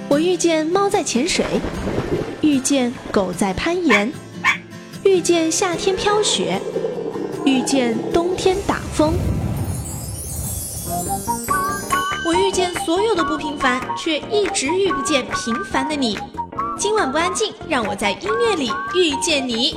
我遇见猫在潜水，遇见狗在攀岩，遇见夏天飘雪，遇见冬天打风。我遇见所有的不平凡，却一直遇不见平凡的你。今晚不安静，让我在音乐里遇见你。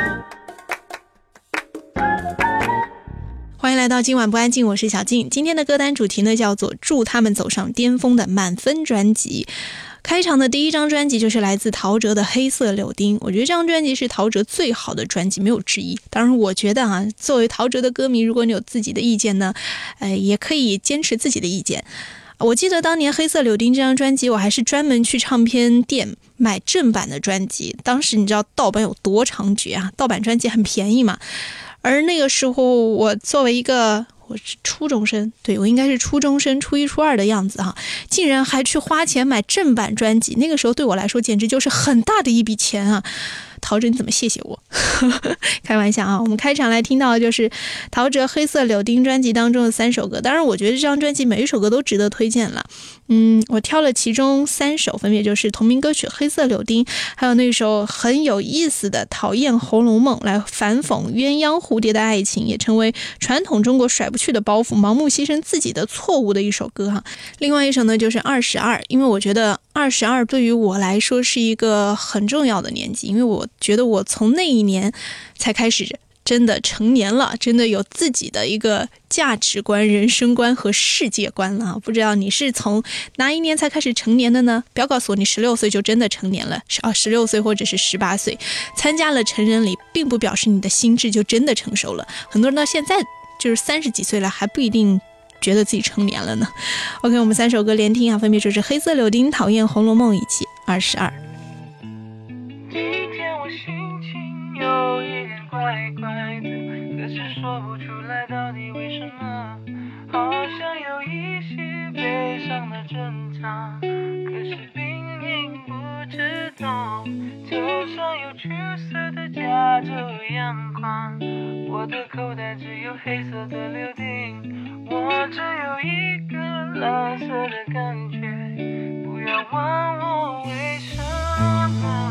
欢迎来到今晚不安静，我是小静。今天的歌单主题呢，叫做祝他们走上巅峰的满分专辑。开场的第一张专辑就是来自陶喆的《黑色柳丁》，我觉得这张专辑是陶喆最好的专辑，没有之一。当然我觉得作为陶喆的歌迷，如果你有自己的意见呢，也可以坚持自己的意见。我记得当年《黑色柳丁》这张专辑，我还是专门去唱片店买正版的专辑。当时你知道盗版有多猖獗啊，盗版专辑很便宜嘛。而那个时候我作为一个我是初中生，对，我应该是初中生，初一初二的样子竟然还去花钱买正版专辑，那个时候对我来说简直就是很大的一笔钱啊。陶喆你怎么谢谢我开玩笑我们开场来听到的就是陶喆《黑色柳丁》专辑当中的3首歌，当然我觉得这张专辑每一首歌都值得推荐了。我挑了其中3首，分别就是同名歌曲《黑色柳丁》，还有那首很有意思的《讨厌红楼梦》，来反讽鸳鸯蝴蝶的爱情，也成为传统中国甩不去的包袱，盲目牺牲自己的错误的一首歌另外一首呢就是22，因为我觉得22对于我来说是一个很重要的年纪，因为我觉得我从那一年才开始真的成年了，真的有自己的一个价值观、人生观和世界观了。不知道你是从哪一年才开始成年的呢？不要告诉我你16岁就真的成年了，16岁或者是18岁参加了成人礼，并不表示你的心智就真的成熟了。很多人到现在就是30几岁了，还不一定觉得自己成年了呢。OK， 我们3首歌连听分别就是《黑色柳丁》、《讨厌红楼梦》以及22。 今天我心情有一点怪怪的，可是说不出来到底为什么，好像有一些悲伤的征兆，可是并不知道。头上有橘色的加州阳光，我的口袋只有黑色的柳丁，我只有一个蓝色的感觉，不要问我为什么。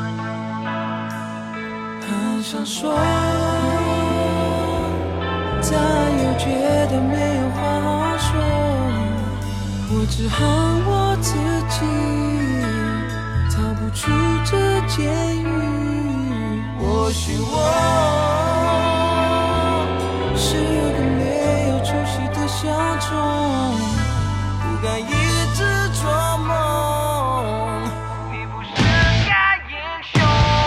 很想说，但又觉得没有话好说，我只恨我自己逃不出这监狱。或许我是个没有出息的小虫，不该一直做梦，你不是个英雄。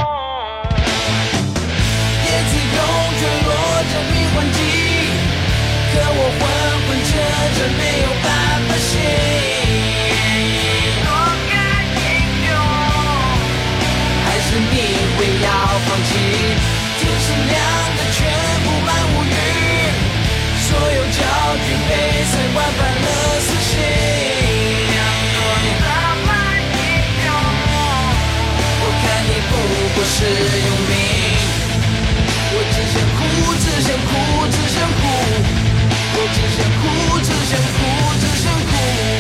叶子永坠落着迷幻剂，可我昏昏沉沉没有办法醒。你会要放弃，天是亮的全布满乌云，所有焦距被塞官翻了死刑。我看你不过是用命，我只想哭，只想哭，只想哭，我只想哭，只想哭，只想哭。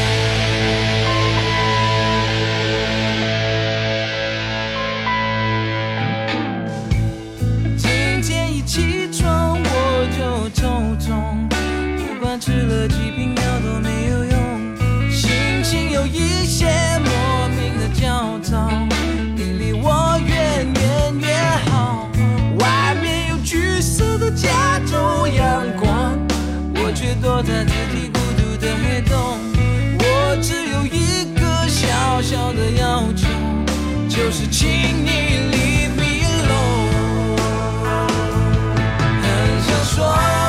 起床我就头痛，不管吃了几瓶药都没有用，心情有一些莫名的焦躁，你离我远远越好，外面有橘色的加州阳光，我却躲在自己孤独的黑洞，我只有一个小小的要求，就是请你leave me alone。说，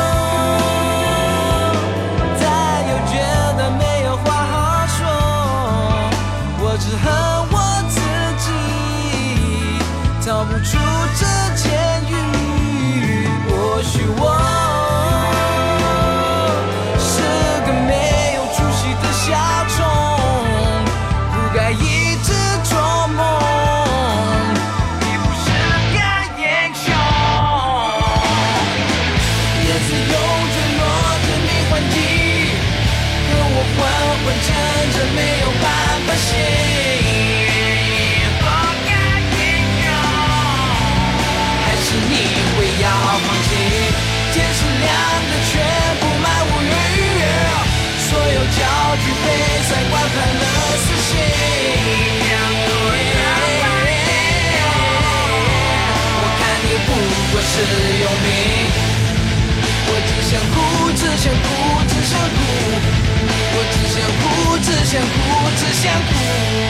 但又觉得没有话好说，我只恨我自己逃不出这监狱。或许我是个没有出息的小虫，不该一直做梦，你不是个英雄。叶子又坠落着迷幻剂，可我昏昏沉沉没有办法醒。 想哭。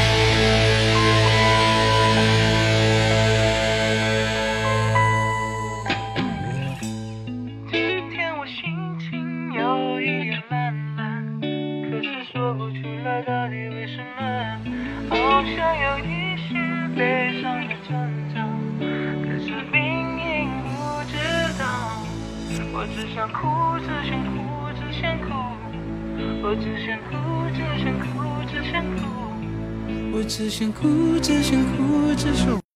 今天我心情有一点烂漫，可是说不出来到底为什么，好像有一些悲伤的征兆，可是明明不知道。我只想哭，只想哭，只想哭，我只想哭，只想哭，只想哭，我只想哭，只想哭，只想哭。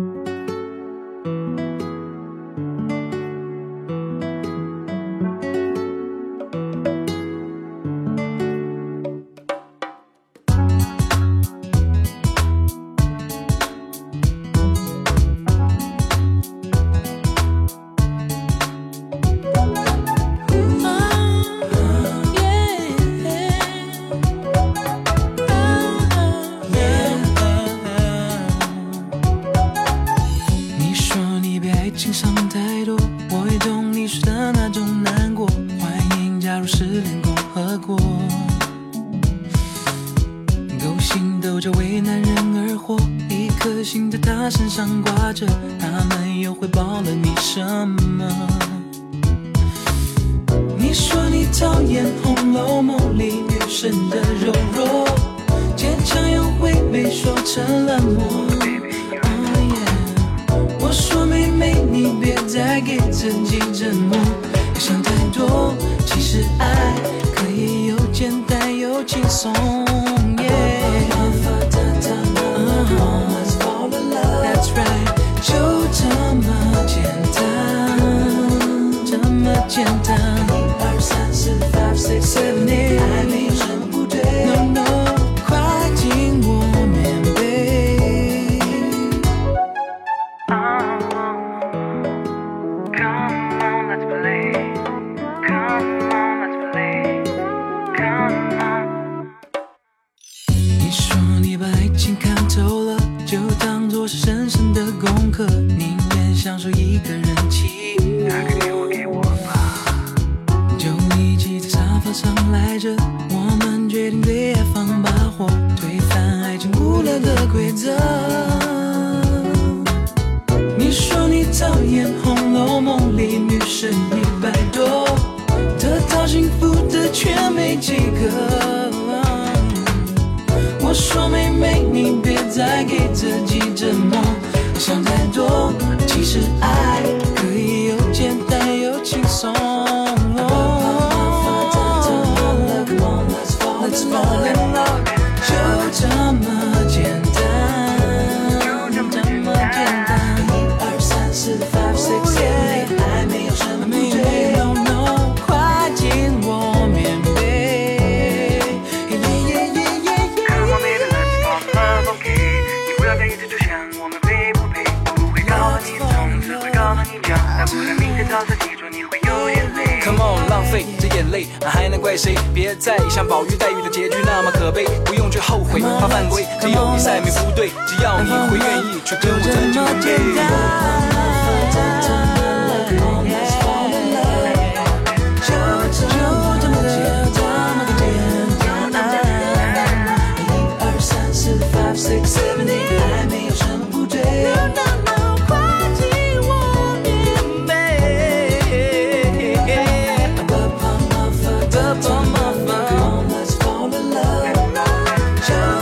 还能怪谁？别再像宝玉黛玉的结局那么可悲，不用去后悔，怕犯规，只有你赛没不对，只要你会愿意去跟我在这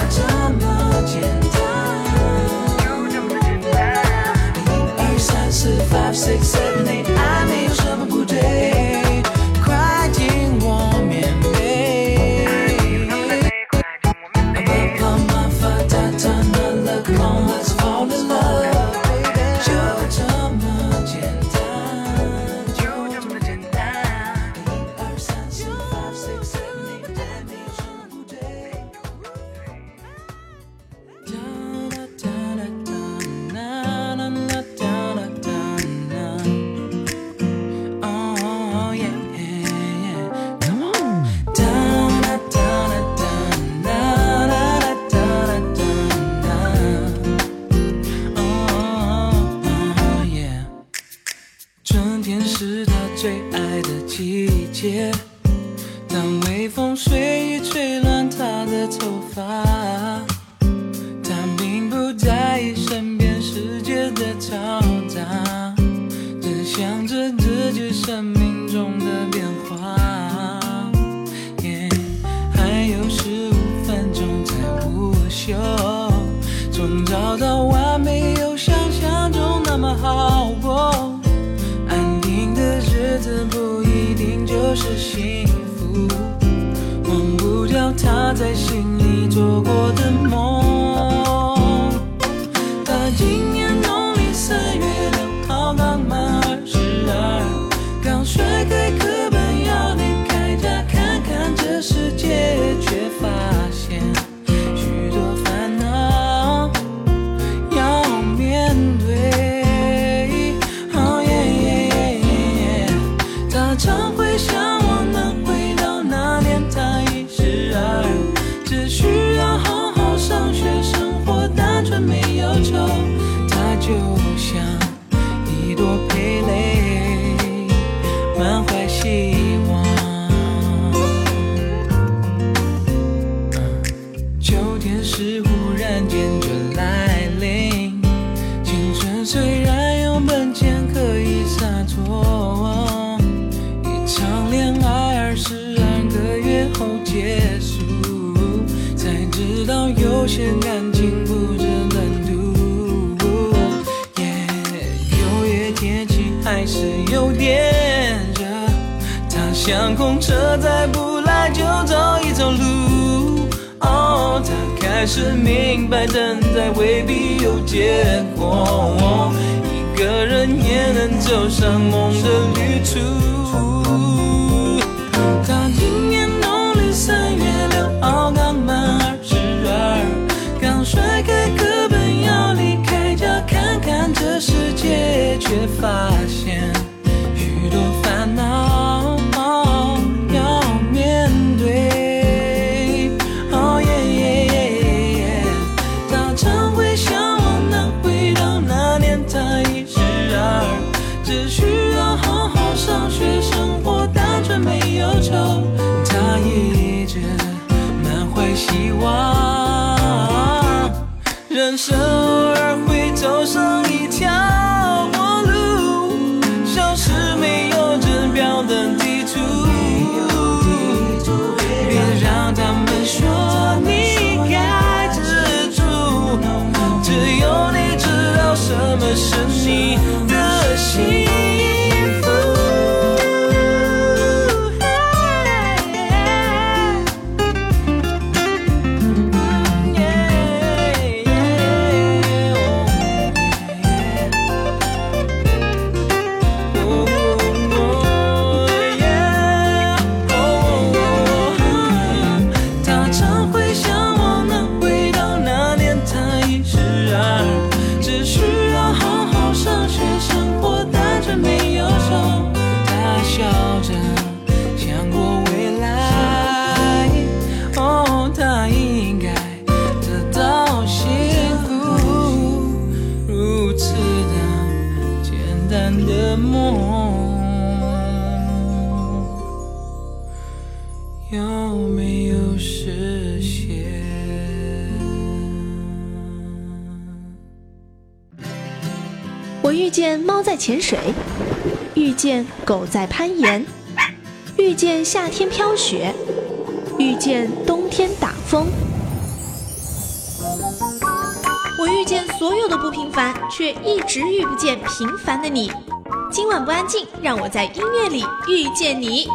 边。4 秀，从早到晚没有想象中那么好过，安定的日子不一定就是幸福，忘不掉他在心里做过的梦。他今年农历3月6号刚满22，刚甩开课本要离开家看看这世界，却发现许多烦恼要面对。哦耶，他常会向往能回到那年他22，只需要好好上学，生活单纯没有愁。他就像一朵蓓蕾，满怀希望。秋天是忽然间就来临，青春虽然有本钱可以洒脱，一场恋爱22个月后结束，才知道有些感情不值得赌。9月天气还是有点热，他像空车再不来就走一走路。哦，他开始明白等待未必有结果，一个人也能走上梦的旅途。他今年农历3月6号刚满22，刚甩开课本要离开家看看这世界，却发现许多烦恼要面对。哦耶，他常会向往能回到那年他22，只需要好好上学，生活单纯没有愁。他一直满怀希望，人生偶尔会走上一条陌路，像是没有指标的地图，别让他们说你该知足，只有你知道什么是你的幸福。他常会向往能回到那年他22，只需要好好上学，生活单纯没有愁。他笑着想过未来，哦，他应该得到幸福，如此的简单的梦，有没有实现？ 我遇见猫在潜水，遇见狗在攀岩，遇见夏天飘雪，遇见冬天打风。我遇见所有的不平凡，却一直遇不见平凡的你。今晚不安静，让我在音乐里遇见你。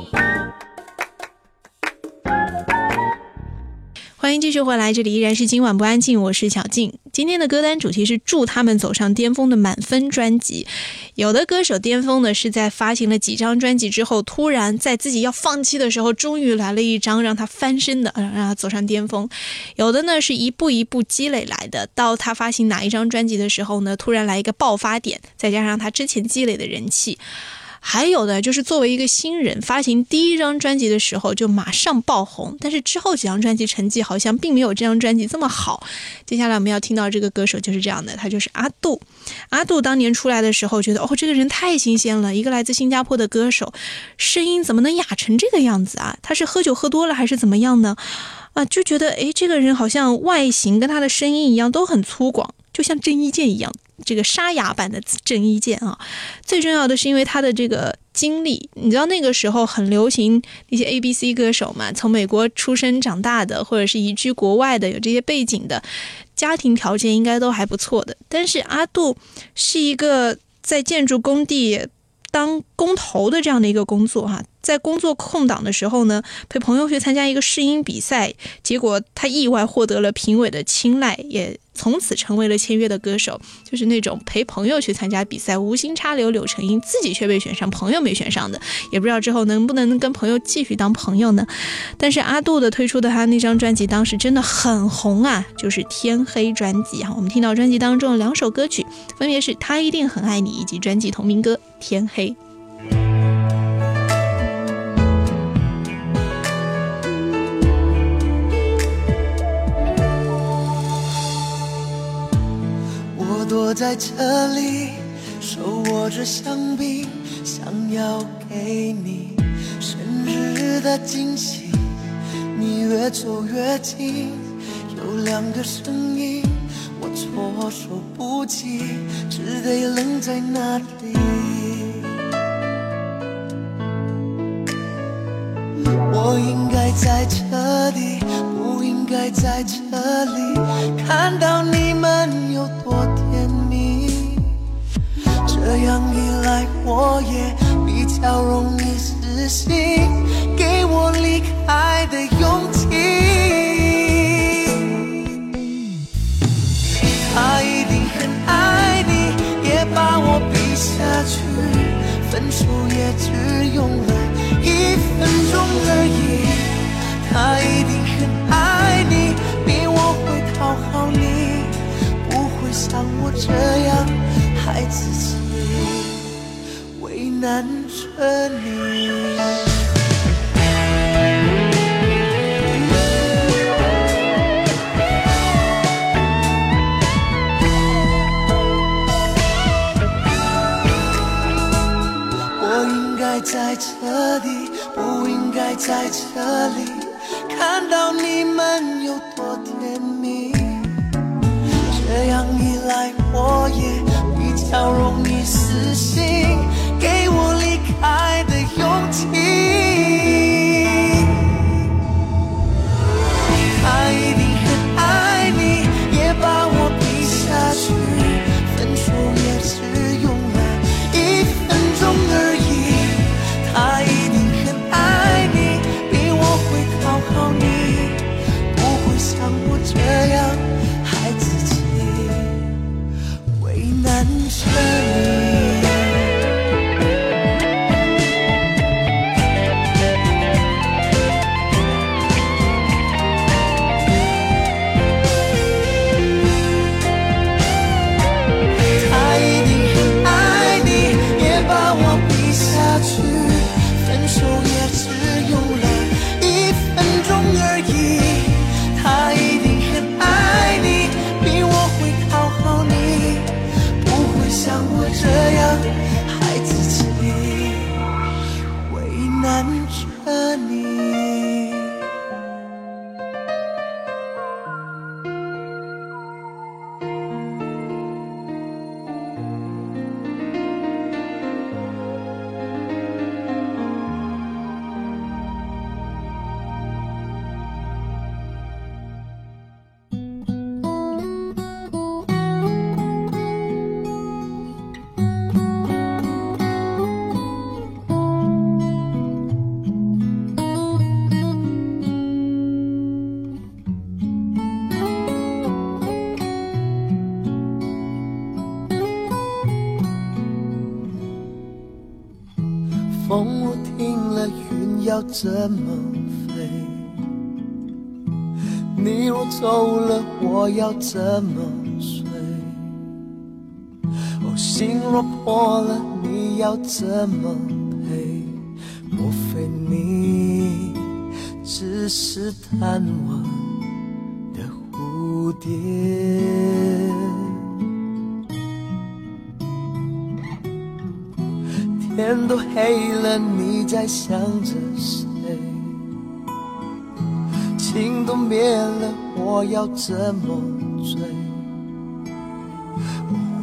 欢迎继续回来，这里依然是今晚不安静，我是小静。今天的歌单主题是祝他们走上巅峰的满分专辑。有的歌手巅峰呢是在发行了几张专辑之后，突然在自己要放弃的时候，终于来了一张让他翻身的，让他走上巅峰。有的呢是一步一步积累来的，到他发行哪一张专辑的时候呢，突然来一个爆发点，再加上他之前积累的人气。还有的就是作为一个新人，发行第一张专辑的时候就马上爆红，但是之后几张专辑成绩好像并没有这张专辑这么好。接下来我们要听到这个歌手就是这样的，他就是阿杜。阿杜当年出来的时候觉得这个人太新鲜了，一个来自新加坡的歌手，声音怎么能哑成这个样子啊？他是喝酒喝多了还是怎么样呢？就觉得这个人好像外形跟他的声音一样都很粗犷， 就像郑伊健一样，这个沙哑版的郑伊健啊。最重要的是因为他的这个经历，你知道那个时候很流行一些 ABC 歌手嘛，从美国出生长大的，或者是移居国外的，有这些背景的，家庭条件应该都还不错的。但是阿杜是一个在建筑工地当工头的这样的一个工作哈，在工作空档的时候呢，陪朋友去参加一个试音比赛，结果他意外获得了评委的青睐，也从此成为了签约的歌手。就是那种陪朋友去参加比赛，无心插柳柳成荫，自己却被选上，朋友没选上的，也不知道之后能不能跟朋友继续当朋友呢。但是阿杜的推出的他那张专辑当时真的很红啊，就是天黑专辑哈。我们听到专辑当中的2首歌曲，分别是他一定很爱你以及专辑同名歌天黑。 我躲在这里，手握着香槟，想要给你生日的惊喜。你越走越近，有2个声音，我措手不及，只得愣在那里。我应该在这里，不应该在这里，看到你们有多甜蜜。这样一来，我也比较容易死心，给我离开的勇气。他一定很爱你，也把我比下去，分手也只用了1分钟而已。他一定很爱你，比我会讨好你，不会像我这样害自己，为难着你。我应该在这里，不应该在这里，看到你们有多甜蜜。这样一来，我也比较容易死心，给我离开的勇气。他一定很爱你，也把我比下去，分手也只用了1分钟而已。他一定很爱你，比我会讨好你，不会像我这样害自己，为难着你。他一定很爱你，也把我比下去，分手也只用了1分钟而已。他一定很爱你，比我会讨好你，不会像我这样害自己，为难着你。风若停了，云要怎么飞？你若走了，我要怎么睡？哦，心若破了，你要怎么陪？莫非你只是贪玩的蝴蝶？天都黑了，你在想着谁？情都灭了，我要怎么追？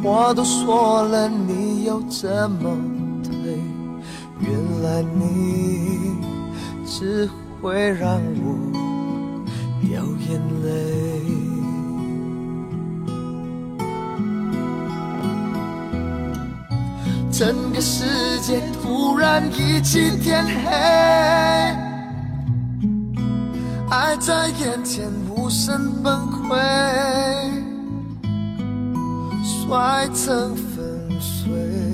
我都说了你有这么对，原来你只会让我掉眼泪。整个世界突然一起天黑，爱在眼前无声崩溃，摔成粉碎。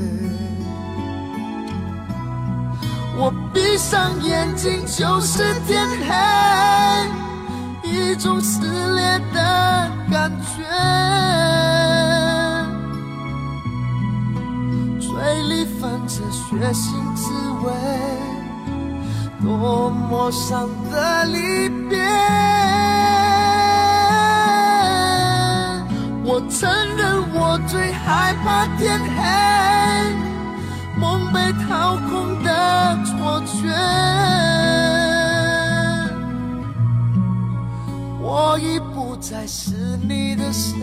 我闭上眼睛就是天黑，一种撕裂的感觉，嘴里泛着血腥滋味，多么伤的离别。我承认我最害怕天黑，梦被掏空的错觉，我已不再是你的谁，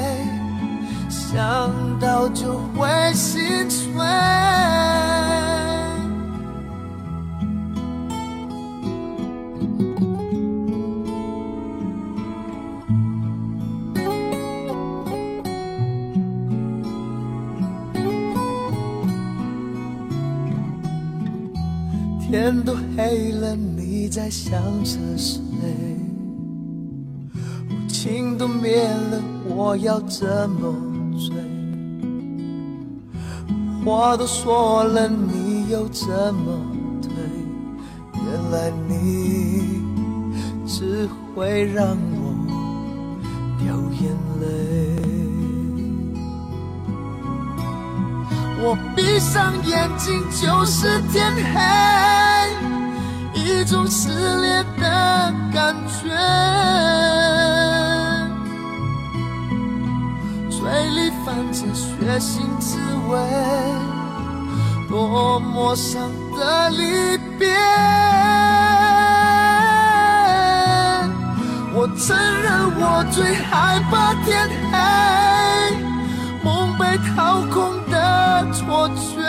想到就会心碎。天都黑了，你在想着谁？情都灭了，我要怎么追？话都说了，你又怎么对？原来你只会让我掉眼泪。我闭上眼睛就是天黑，一种撕裂的感觉，嘴里泛着血腥滋味，多么伤的离别。我承认我最害怕天黑，梦被掏空的错觉，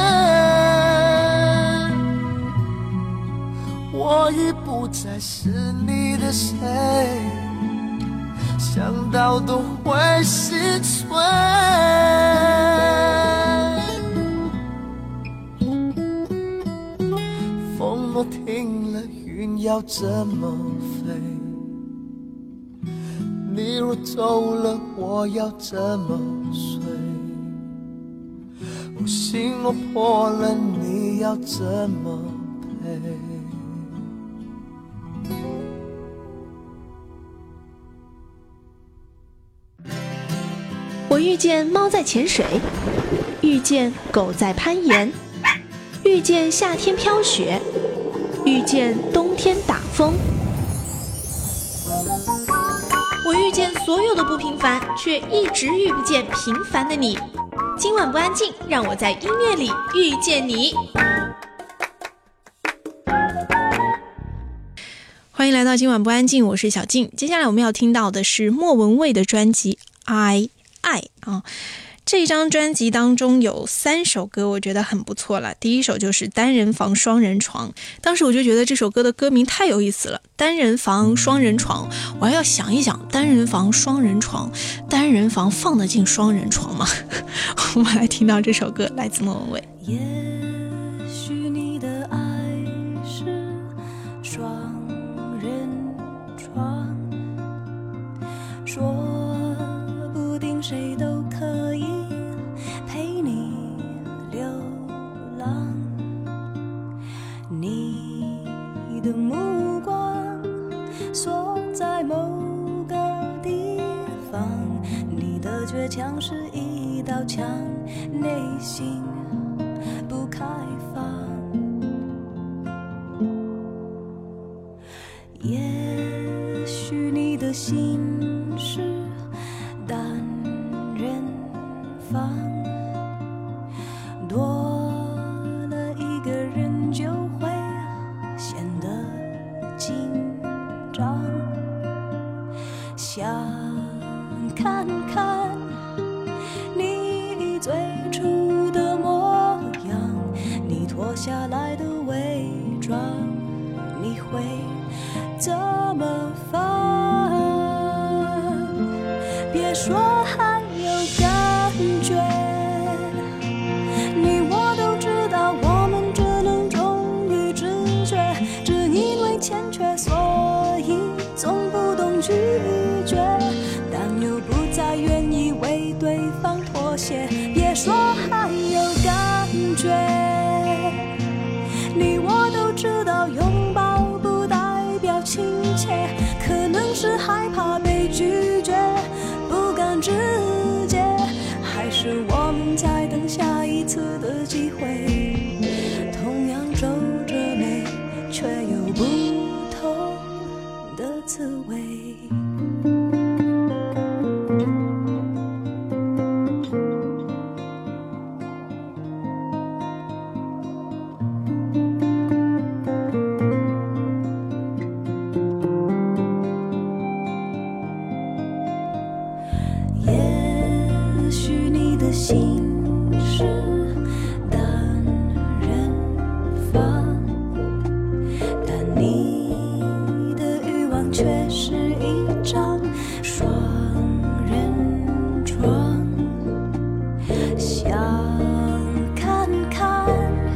我已不再是你的谁，想到都会心碎。风若停了，云要怎么飞？你若走了，我要怎么睡？我心若破了，你要怎么陪？ 我遇见猫在潜水，遇见狗在攀岩，遇见夏天飘雪，遇见冬天打风。 我遇见所有的不平凡，却一直遇不见平凡的你。今晚不安静，让我在音乐里遇见你。欢迎来到今晚不安静，我是小静。接下来我们要听到的是莫文蔚的专辑《爱》啊。这张专辑当中有3首歌，我觉得很不错了。第一首就是单人房双人床，当时我就觉得这首歌的歌名太有意思了，单人房双人床，我还要想一想，单人房双人床，单人房放得进双人床吗？我们来听到这首歌，来自莫文蔚。 也许你的爱是双人床，说不定谁都可以陪你流浪，你的目光锁在某个地方，你的倔强是一道墙，内心不开放。也许你的心是单人房，多了一个人就会显得紧张，想看看你别说还有感觉。你我都知道，我们只能忠于直觉，只因为欠缺，所以总不懂拒绝，但又不再愿意为对方妥协。别说还有感觉，你我都知道，拥抱不代表亲切，可能是害怕被拒绝，不敢直接，还是我们在等下一次的机会。同样皱着眉，却有不同的滋味。也许你的心是单人房，但你的欲望却是一张双人床。想看看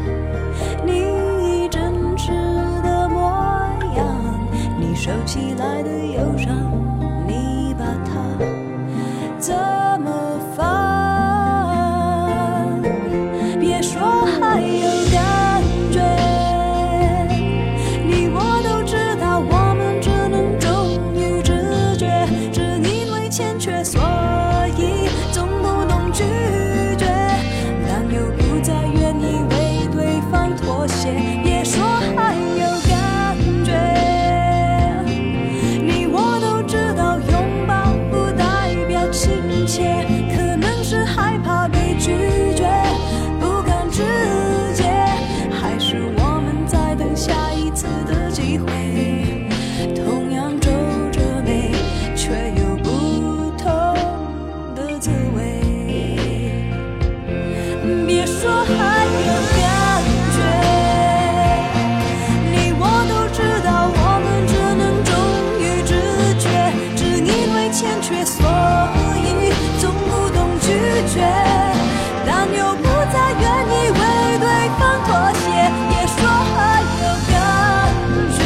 你真实的模样，你收起来的忧伤，你把它怎么放？别说还有感觉，你我都知道，我们只能忠于直觉，只因为欠缺，所以总不懂拒绝，但又不再愿意为对方妥协。别说还有感觉，你我都知道，拥抱不代表亲切，可能是害怕被拒绝，不敢直接，还是我们在等下一次的机会。同样皱着眉，却有不同的滋味。别说还有感觉，你我都知道，我们只能忠于直觉，只因为欠缺，所以总不懂拒绝，但又不再愿意为对方妥协。别说还有感觉，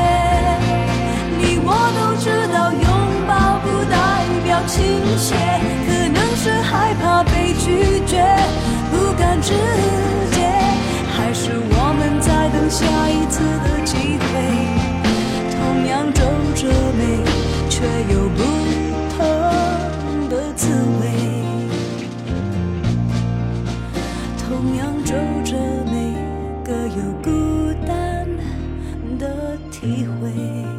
你我都知道，拥抱不代表亲切，可能是害怕被拒绝，不敢直接，还是我们在等下一次的机会。同样皱着眉，却有不同的滋味。同样皱着眉，各有孤单的体会。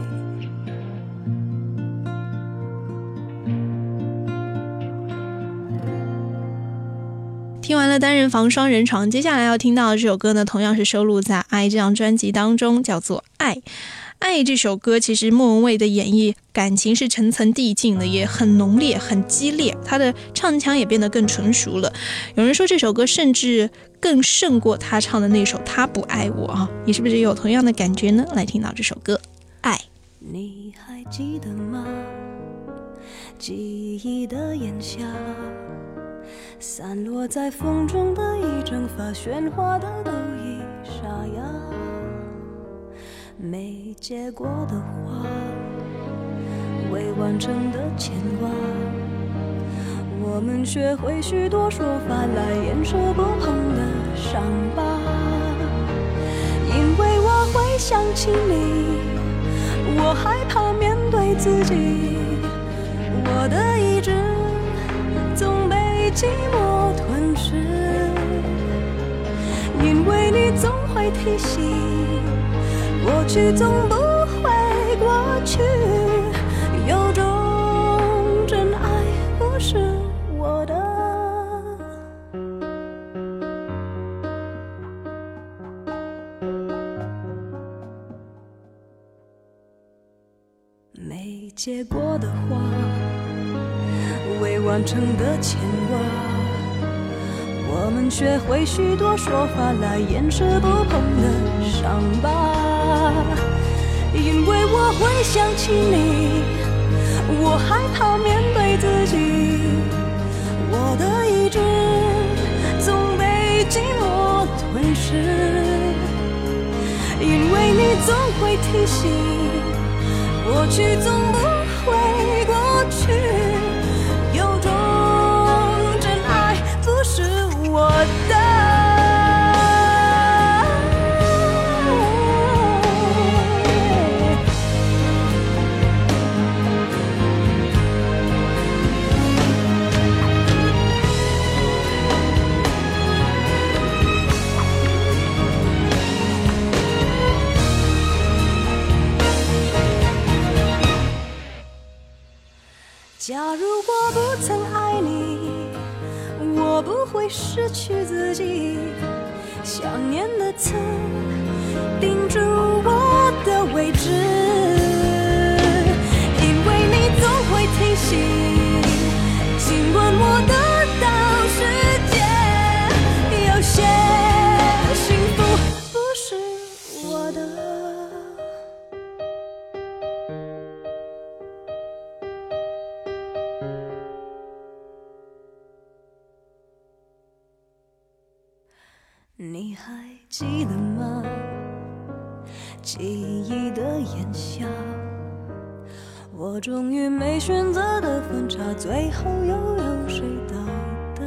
听完了单人房双人床，接下来要听到的这首歌呢，同样是收录在《爱》这张专辑当中，叫做《爱》。《爱》这首歌其实莫文蔚的演绎感情是层层递进的，也很浓烈很激烈，她的唱腔也变得更纯熟了。有人说这首歌甚至更胜过她唱的那首《他不爱我》啊，你是不是也有同样的感觉呢？来听到这首歌《爱》。 你还记得吗？记忆的炎夏，散落在风中的一整发喧哗的都已沙哑，没结果的花，未完成的牵挂，我们学会许多说法来掩饰不碰的伤疤。因为我会想起你，我害怕面对自己，我的意志总被寂寞吞噬，因为你总会提醒，过去总不会过去，有种真爱不是我的。没结果的花，未完成的牵挂，我们学会许多说法来掩饰不碰的伤疤。因为我会想起你， 我害怕面对自己，我的意志总被寂寞吞噬，因为你总会提醒，过去总不会过去，有种真爱不是我的。假如我不曾爱你，我不会失去自己，想念的刺钉住我的位置，因为你总会提醒，尽管我得到世界，有些幸福不是我的。你还记得吗？记忆的炎夏，我终于没选择的分岔，最后又有谁到达？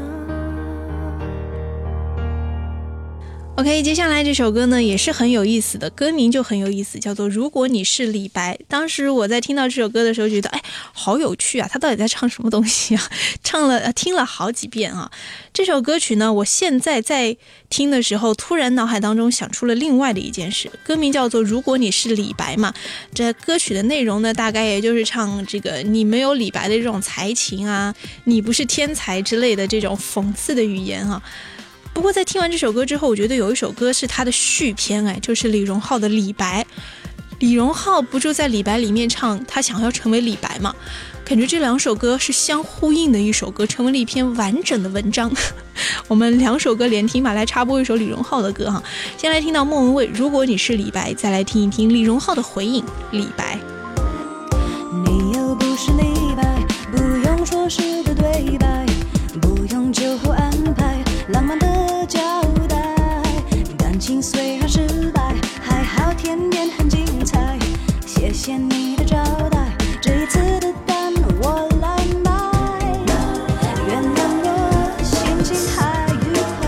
OK， 接下来这首歌呢也是很有意思的，歌名就很有意思，叫做《如果你是李白》。当时我在听到这首歌的时候觉得，哎，好有趣啊，他到底在唱什么东西啊？听了好几遍啊。这首歌曲呢，我现在在听的时候，突然脑海当中想出了另外的一件事，歌名叫做《如果你是李白》嘛。这歌曲的内容呢，大概也就是唱这个你没有李白的这种才情啊，你不是天才之类的这种讽刺的语言啊。不过在听完这首歌之后，我觉得有一首歌是他的续篇，就是李荣浩的《李白》。李荣浩不就在《李白》里面唱他想要成为李白吗？感觉这两首歌是相呼应的一首歌，成为了一篇完整的文章。我们两首歌连听吧，来插播一首李荣浩的歌哈。先来听到莫文蔚《如果你是李白》，再来听一听李荣浩的回应《李白》。 你又不是李白，不用说诗的对白，不用酒后安排浪漫的交代，感情虽然失败，还好甜点很精彩，谢谢你的招待，这一次的单我来买，原谅我心情还愉快，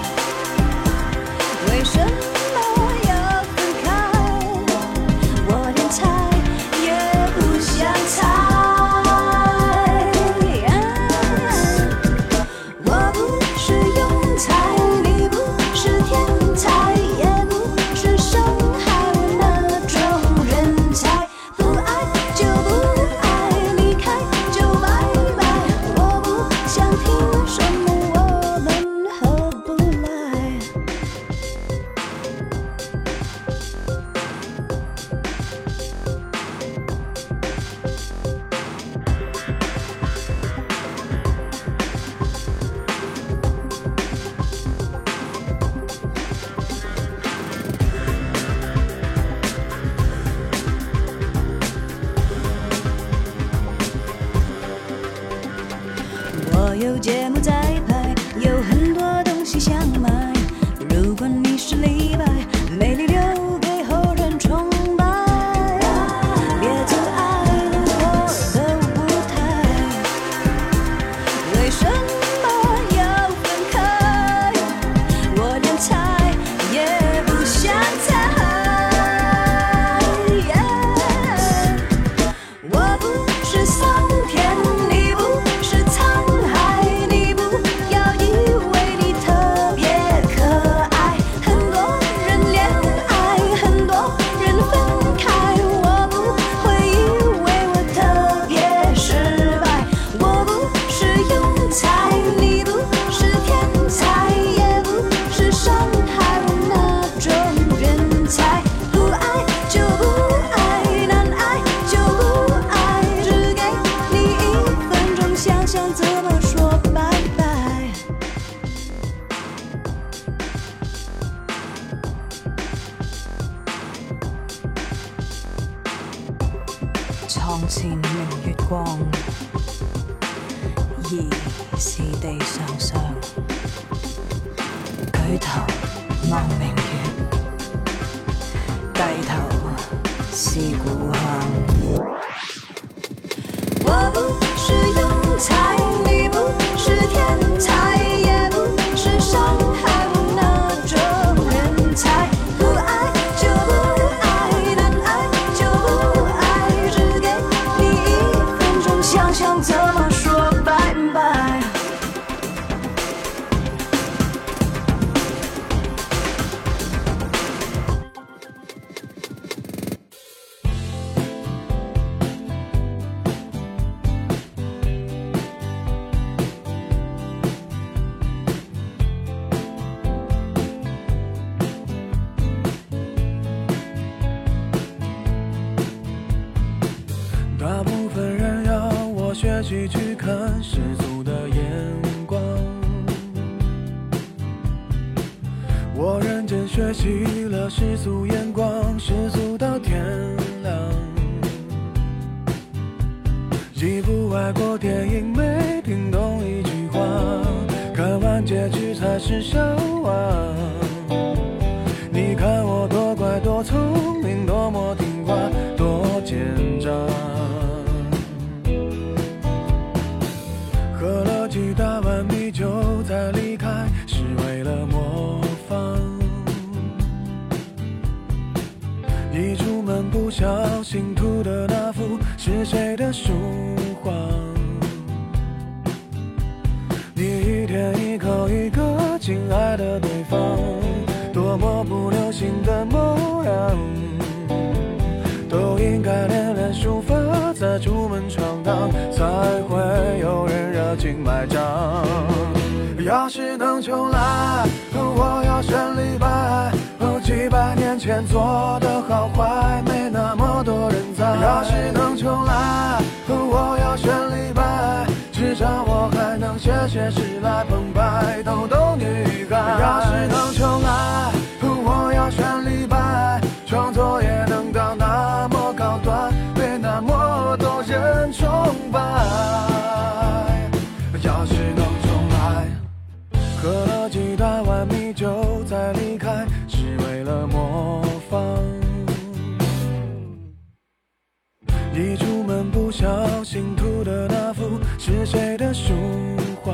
为什么要分开，我连猜也不想猜。我有节目在拍，有很多东西想买，如果你是李白，美丽留给后人崇拜，别阻碍了我的舞台，为什么要分开，我连猜也不想猜，我不是桑田，你不是沧海，你不要以为你特别可爱，很多人恋爱，很多人分开，我不会以为我特别失败，我不是庸才，你不是天才，也不是伤害我那种人才，不爱就不爱，难爱就不爱，只给你1分钟想想怎么说拜拜。 床前明月光， 疑是地上霜，舉頭望明月，低頭是故鄉。我不是庸才，你不是天才，也不是傷害我那種人才。不愛就不愛，難愛就不愛，只給你1分鐘，想想怎麼說拜拜。 大部分人要我学习去看世俗的眼光，我认真学习了世俗眼光，世俗到天亮。一部外国电影没听懂一句话，看完结局才是笑话。你看我多乖多聪明，多么听话，多奸诈。喝了几大碗米酒才离开，是为了模仿。一出门不小心涂的那幅是谁的书画？你一天一口一个亲爱的对方，多么不流行的模样，都应该练练书法，再出门闯荡，才会有人热情买账。要是能重来，我要选李白，几百年前做的好坏，没那么多人在。要是能重来，我要选李白，至少我还能写诗来澎湃，逗逗女孩。要是能重来，我要选李白，创作也能到那么高端，被那么多人崇拜。要是能重来，喝了几大碗米酒再离开，是为了模仿。一出门不小心涂的那幅是谁的书画？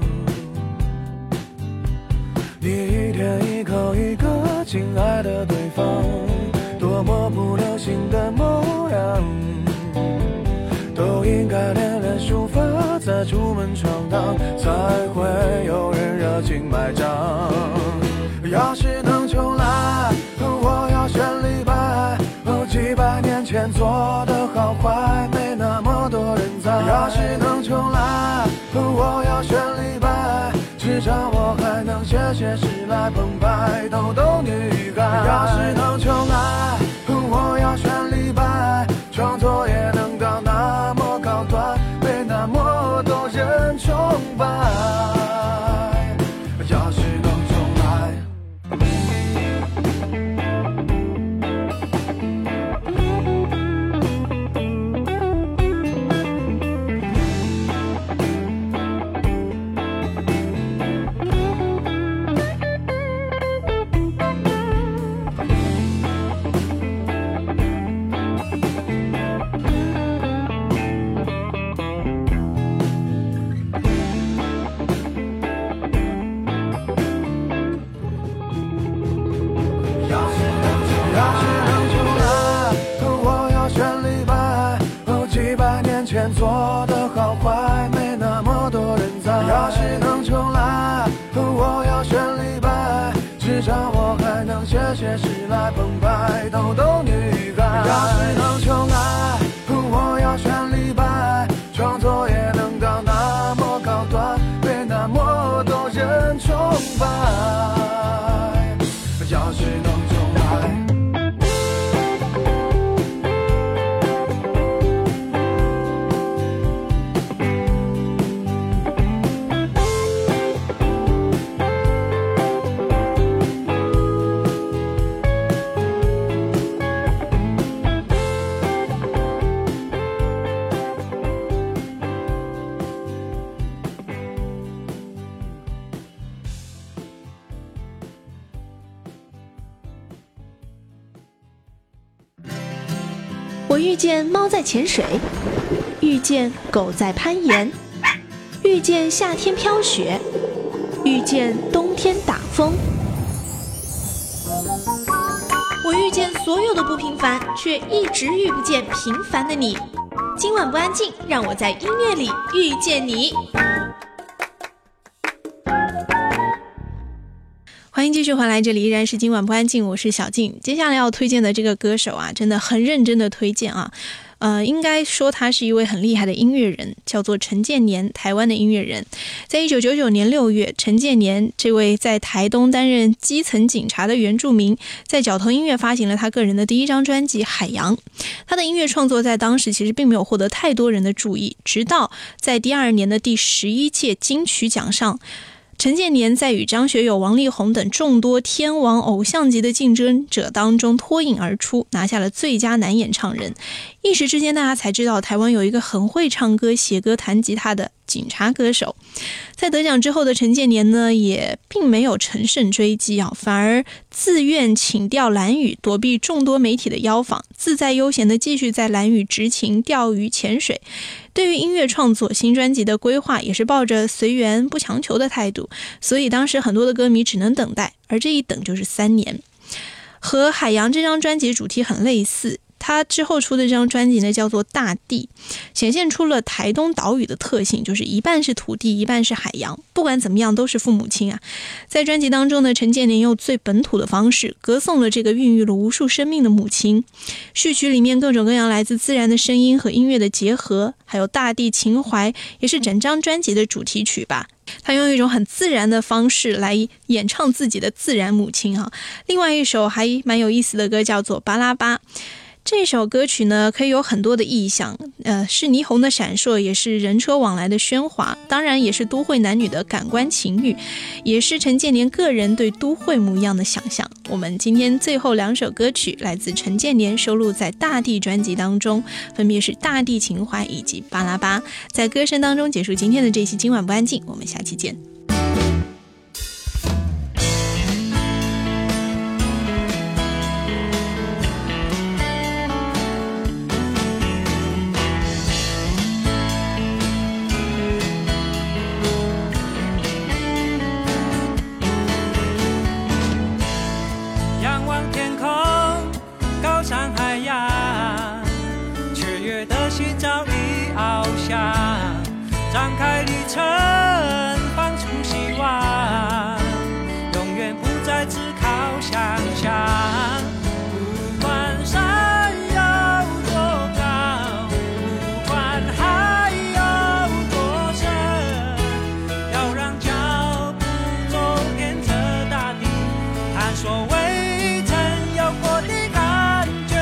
你一天一口一个亲爱的对方，多么不流行的模样，都应该练练书法，再出门闯荡，才会有人热情买账。要是能重来，我要选李白，几百年前做的好坏，没那么多人在。要是能重来，我要选李白，至少我还能写诗来澎湃，逗逗女孩。要是能重来，我要选李白，创作也能到那么高端，被那么多人崇拜。要是能重来。做的好坏，没那么多人在。要是能重来，我要选李白，至少我还能写诗来澎湃，逗逗女孩。要是能重来，我要选李白，创作也能到那么高端，被那么多人崇拜。要是能重来。 我遇见猫在潜水，遇见狗在攀岩，遇见夏天飘雪，遇见冬天打风。 我遇见所有的不平凡，却一直遇不见平凡的你。今晚不安静，让我在音乐里遇见你。欢迎继续回来，这里依然是今晚不安静，我是小静。接下来要推荐的这个歌手啊，真的很认真的推荐啊。应该说他是一位很厉害的音乐人，叫做陈建年，台湾的音乐人。在1999年6月，陈建年这位在台东担任基层警察的原住民，在角头音乐发行了他个人的第一张专辑《海洋》。他的音乐创作在当时其实并没有获得太多人的注意，直到在第2年的第11届金曲奖上，陈建年在与张学友、王力宏等众多天王偶像级的竞争者当中脱颖而出，拿下了最佳男演唱人。一时之间，大家才知道台湾有一个很会唱歌、写歌、弹吉他的警察歌手。在得奖之后的陈建年呢，也并没有乘胜追击啊，反而自愿请调兰屿，躲避众多媒体的邀访，自在悠闲地继续在兰屿执勤、钓鱼、潜水。对于音乐创作、新专辑的规划，也是抱着随缘不强求的态度，所以当时很多的歌迷只能等待，而这一等就是3年。和《海洋》这张专辑主题很类似，他之后出的这张专辑呢叫做《大地》，显现出了台东岛屿的特性，就是一半是土地，一半是海洋，不管怎么样都是父母亲啊。在专辑当中呢，陈建年用最本土的方式歌颂了这个孕育了无数生命的母亲。序曲里面各种各样来自自然的声音和音乐的结合，还有大地情怀，也是整张专辑的主题曲吧。他用一种很自然的方式来演唱自己的自然母亲啊。另外一首还蛮有意思的歌叫做《巴拉巴》。这首歌曲呢，可以有很多的意象，是霓虹的闪烁，也是人车往来的喧哗，当然也是都会男女的感官情欲，也是陈建年个人对都会模样的想象。我们今天最后2首歌曲来自陈建年收录在《大地》专辑当中，分别是《大地情怀》以及《巴拉巴》。在歌声当中结束今天的这期今晚不安静，我们下期见。 张开旅程，放出希望，永远不再只靠想象。不管山有多高，不管海有多深，要让脚步走遍这大地，探索未曾有过的感觉。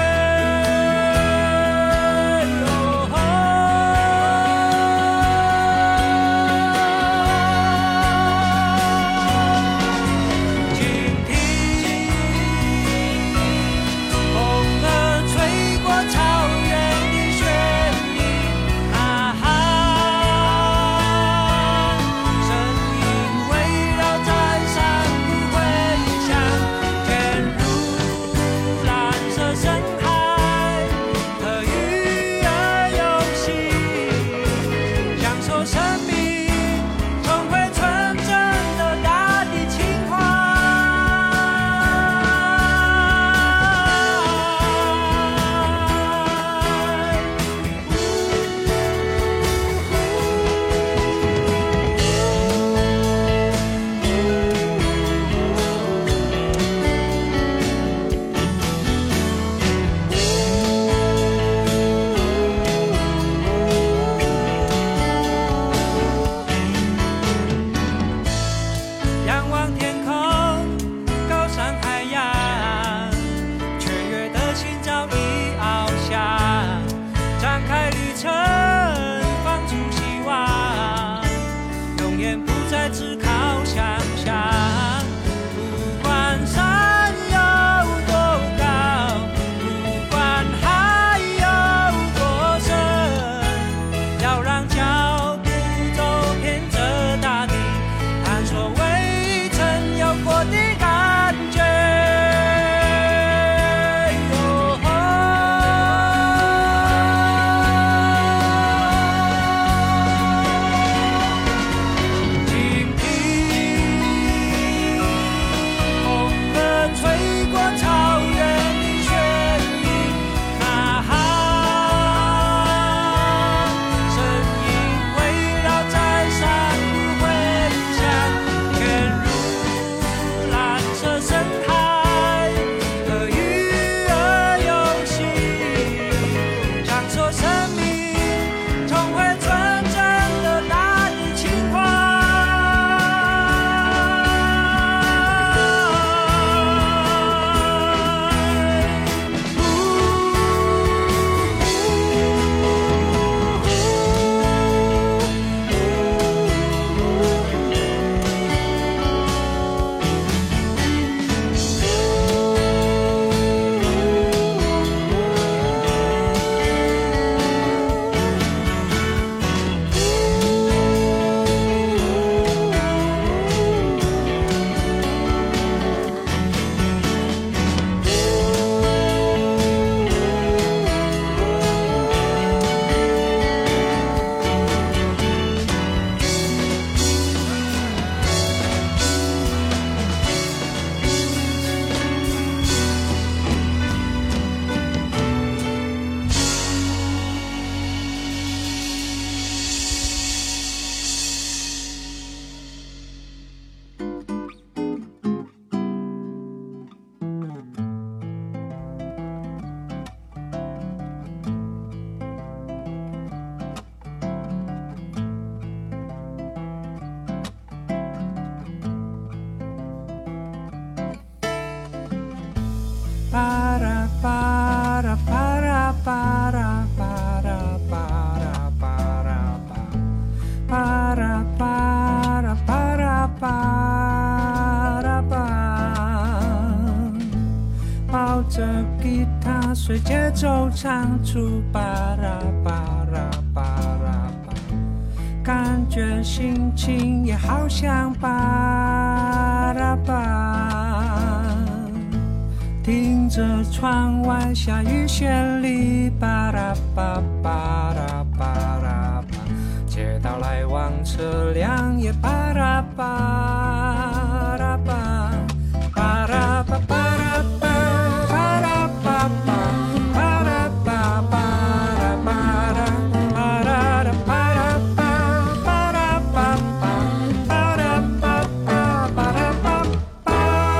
它随节奏唱出巴拉巴拉巴拉巴，感觉心情也好像巴拉巴，听着窗外下雨旋律，巴拉巴巴拉巴拉巴，街道来往车辆也巴拉巴拉巴，巴拉巴巴拉巴，巴拉巴巴，巴拉巴巴拉巴拉，巴拉拉巴拉巴，巴拉巴巴，巴拉巴巴，巴拉巴巴。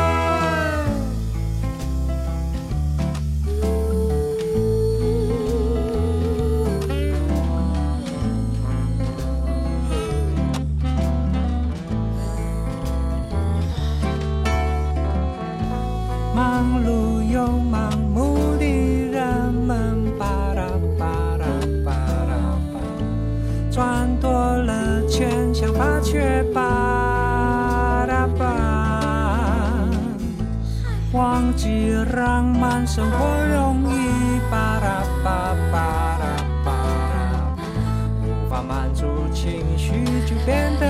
忙碌又盲目的人们，巴拉巴拉巴拉巴，赚多了钱，想法却巴拉巴，忘记浪漫生活容易，巴拉巴巴拉巴拉，无法满足情绪就变得